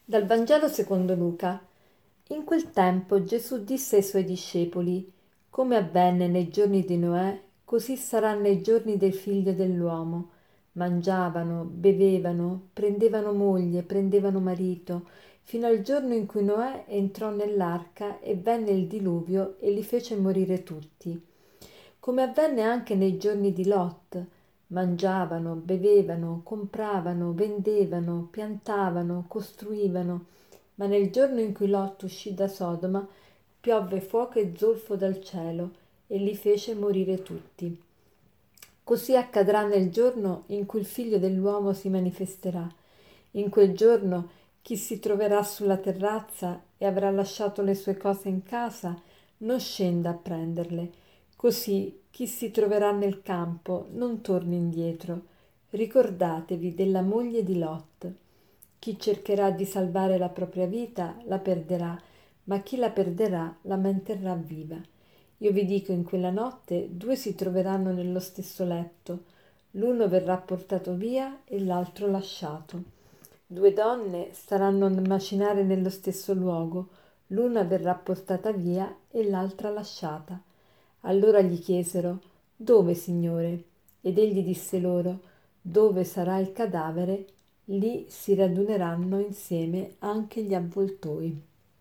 Dal Vangelo secondo Luca. In quel tempo Gesù disse ai suoi discepoli: Come avvenne nei giorni di Noè, così sarà nei giorni del Figlio dell'uomo. Mangiavano, bevevano, prendevano moglie, prendevano marito, fino al giorno in cui Noè entrò nell'arca e venne il diluvio e li fece morire tutti. Come avvenne anche nei giorni di Lot. Mangiavano, bevevano, compravano, vendevano, piantavano, costruivano, ma nel giorno in cui Lot uscì da Sodoma, piovve fuoco e zolfo dal cielo e li fece morire tutti. Così accadrà nel giorno in cui il Figlio dell'uomo si manifesterà. In quel giorno chi si troverà sulla terrazza e avrà lasciato le sue cose in casa, non scenda a prenderle. Così chi si troverà nel campo non torni indietro. Ricordatevi della moglie di Lot. Chi cercherà di salvare la propria vita la perderà, ma chi la perderà la manterrà viva. Io vi dico, in quella notte due si troveranno nello stesso letto, l'uno verrà portato via e l'altro lasciato. Due donne staranno a macinare nello stesso luogo, l'una verrà portata via e l'altra lasciata. Allora gli chiesero: Dove, Signore? Ed egli disse loro: Dove sarà il cadavere, lì si raduneranno insieme anche gli avvoltoi.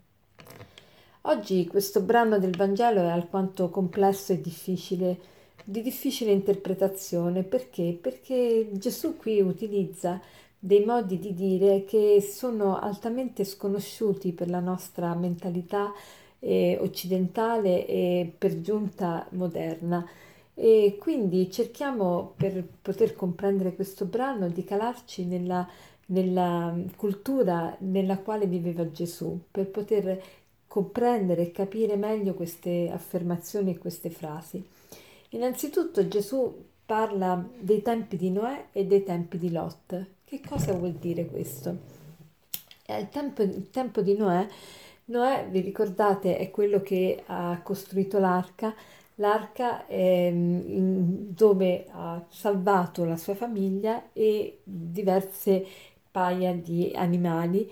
Oggi questo brano del Vangelo è alquanto complesso e difficile, di difficile interpretazione. Perché? Perché Gesù qui utilizza dei modi di dire che sono altamente sconosciuti per la nostra mentalità occidentale e per giunta moderna. E quindi cerchiamo, per poter comprendere questo brano, di calarci nella cultura nella quale viveva Gesù, per poter comprendere e capire meglio queste affermazioni e queste frasi. Innanzitutto Gesù parla dei tempi di Noè e dei tempi di Lot. Che cosa vuol dire questo? Il tempo di Noè, Noè, vi ricordate, è quello che ha costruito l'arca. L'arca dove ha salvato la sua famiglia e diverse paia di animali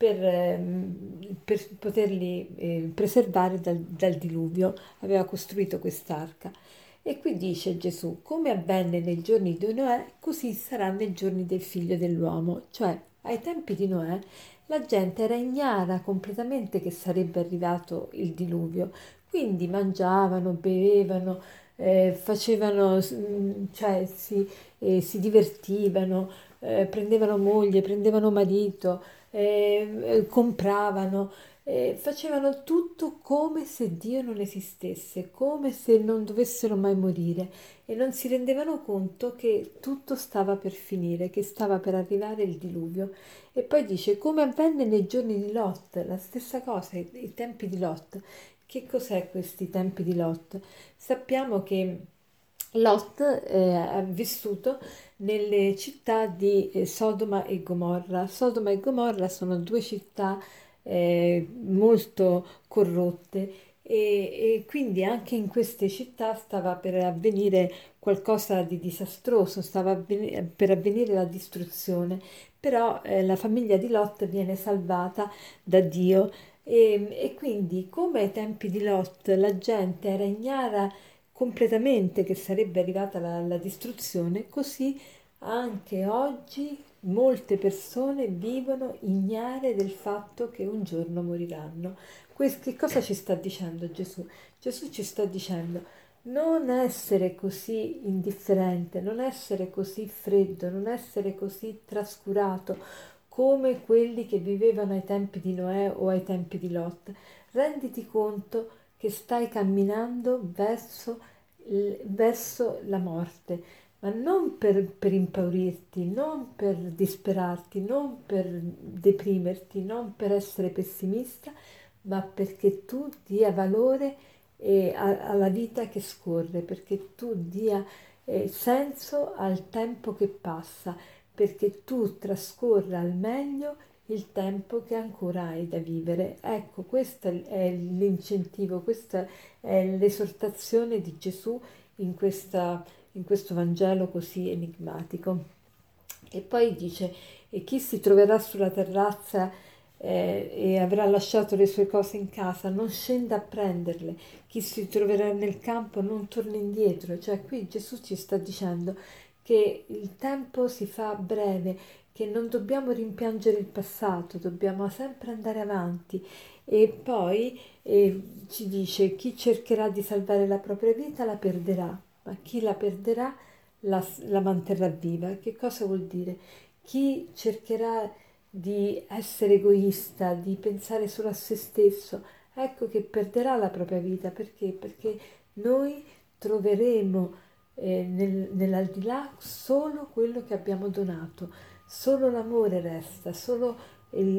per poterli preservare dal diluvio. Aveva costruito quest'arca. E qui dice Gesù: come avvenne nei giorni di Noè, così sarà nei giorni del figlio dell'uomo. Cioè, ai tempi di Noè la gente era ignara completamente che sarebbe arrivato il diluvio, quindi mangiavano, bevevano, facevano, cioè si divertivano, prendevano moglie, prendevano marito, compravano, facevano tutto come se Dio non esistesse, come se non dovessero mai morire, e non si rendevano conto che tutto stava per finire, che stava per arrivare il diluvio. E poi dice: come avvenne nei giorni di Lot, la stessa cosa, i tempi di Lot. Che cos'è questi tempi di Lot? Sappiamo che Lot ha vissuto nelle città di Sodoma e Gomorra. Sodoma e Gomorra sono due città molto corrotte, e quindi anche in queste città stava per avvenire qualcosa di disastroso, stava per avvenire la distruzione. Però la famiglia di Lot viene salvata da Dio, e quindi, come ai tempi di Lot la gente era ignara completamente che sarebbe arrivata la distruzione, così anche oggi molte persone vivono ignare del fatto che un giorno moriranno. Che cosa ci sta dicendo Gesù? Gesù ci sta dicendo: non essere così indifferente, non essere così freddo, non essere così trascurato come quelli che vivevano ai tempi di Noè o ai tempi di Lot. Renditi conto che stai camminando verso la morte, ma non per impaurirti, non per disperarti, non per deprimerti, non per essere pessimista, ma perché tu dia valore alla vita che scorre, perché tu dia senso al tempo che passa, perché tu trascorra al meglio il tempo che ancora hai da vivere. Ecco, questo è l'incentivo, questa è l'esortazione di Gesù in questo Vangelo così enigmatico. E poi dice: e chi si troverà sulla terrazza e avrà lasciato le sue cose in casa, non scenda a prenderle. Chi si troverà nel campo non torna indietro. Cioè qui Gesù ci sta dicendo che il tempo si fa breve, che non dobbiamo rimpiangere il passato, dobbiamo sempre andare avanti. E poi ci dice: chi cercherà di salvare la propria vita la perderà, ma chi la perderà la manterrà viva. Che cosa vuol dire? Chi cercherà di essere egoista, di pensare solo a se stesso, ecco che perderà la propria vita. Perché? Perché noi troveremo nell'aldilà solo quello che abbiamo donato, solo l'amore resta, solo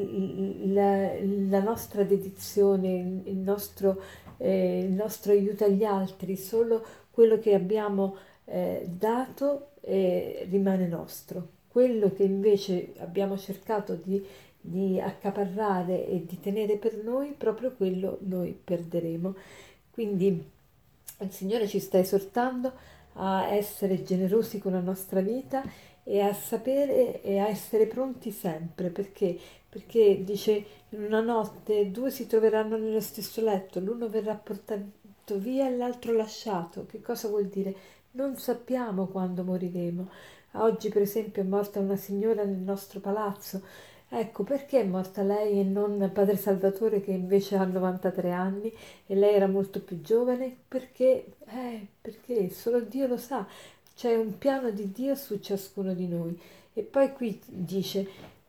la nostra dedizione, il nostro aiuto agli altri, solo quello che abbiamo dato rimane nostro. Quello che invece abbiamo cercato di accaparrare e di tenere per noi, proprio quello noi perderemo. Quindi il Signore ci sta esortando a essere generosi con la nostra vita e a sapere e a essere pronti sempre. Perché dice: in una notte due si troveranno nello stesso letto, l'uno verrà portato via e l'altro lasciato. Che cosa vuol dire? Non sappiamo quando moriremo. Oggi per esempio è morta una signora nel nostro palazzo. Ecco, perché è morta lei e non Padre Salvatore, che invece ha 93 anni e lei era molto più giovane? Perché solo Dio lo sa. C'è un piano di Dio su ciascuno di noi. E poi qui dice: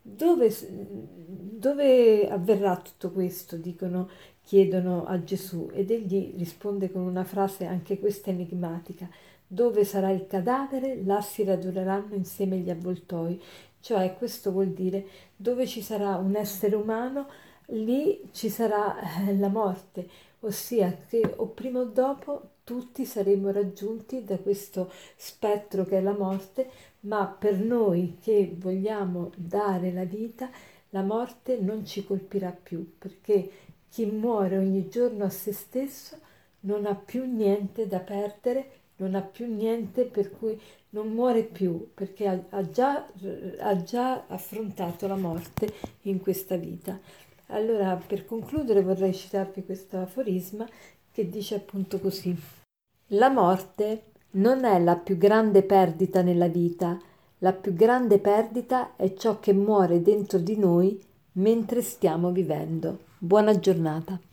dove avverrà tutto questo? Chiedono a Gesù, ed egli risponde con una frase anche questa enigmatica: dove sarà il cadavere, là si raduneranno insieme gli avvoltoi. Cioè, questo vuol dire: dove ci sarà un essere umano, lì ci sarà la morte, ossia che o prima o dopo tutti saremo raggiunti da questo spettro che è la morte. Ma per noi che vogliamo dare la vita, la morte non ci colpirà più, perché chi muore ogni giorno a se stesso non ha più niente da perdere, non ha più niente, per cui non muore più, perché ha già affrontato la morte in questa vita. Allora, per concludere, vorrei citarvi questo aforisma che dice appunto così: la morte non è la più grande perdita nella vita, la più grande perdita è ciò che muore dentro di noi mentre stiamo vivendo. Buona giornata.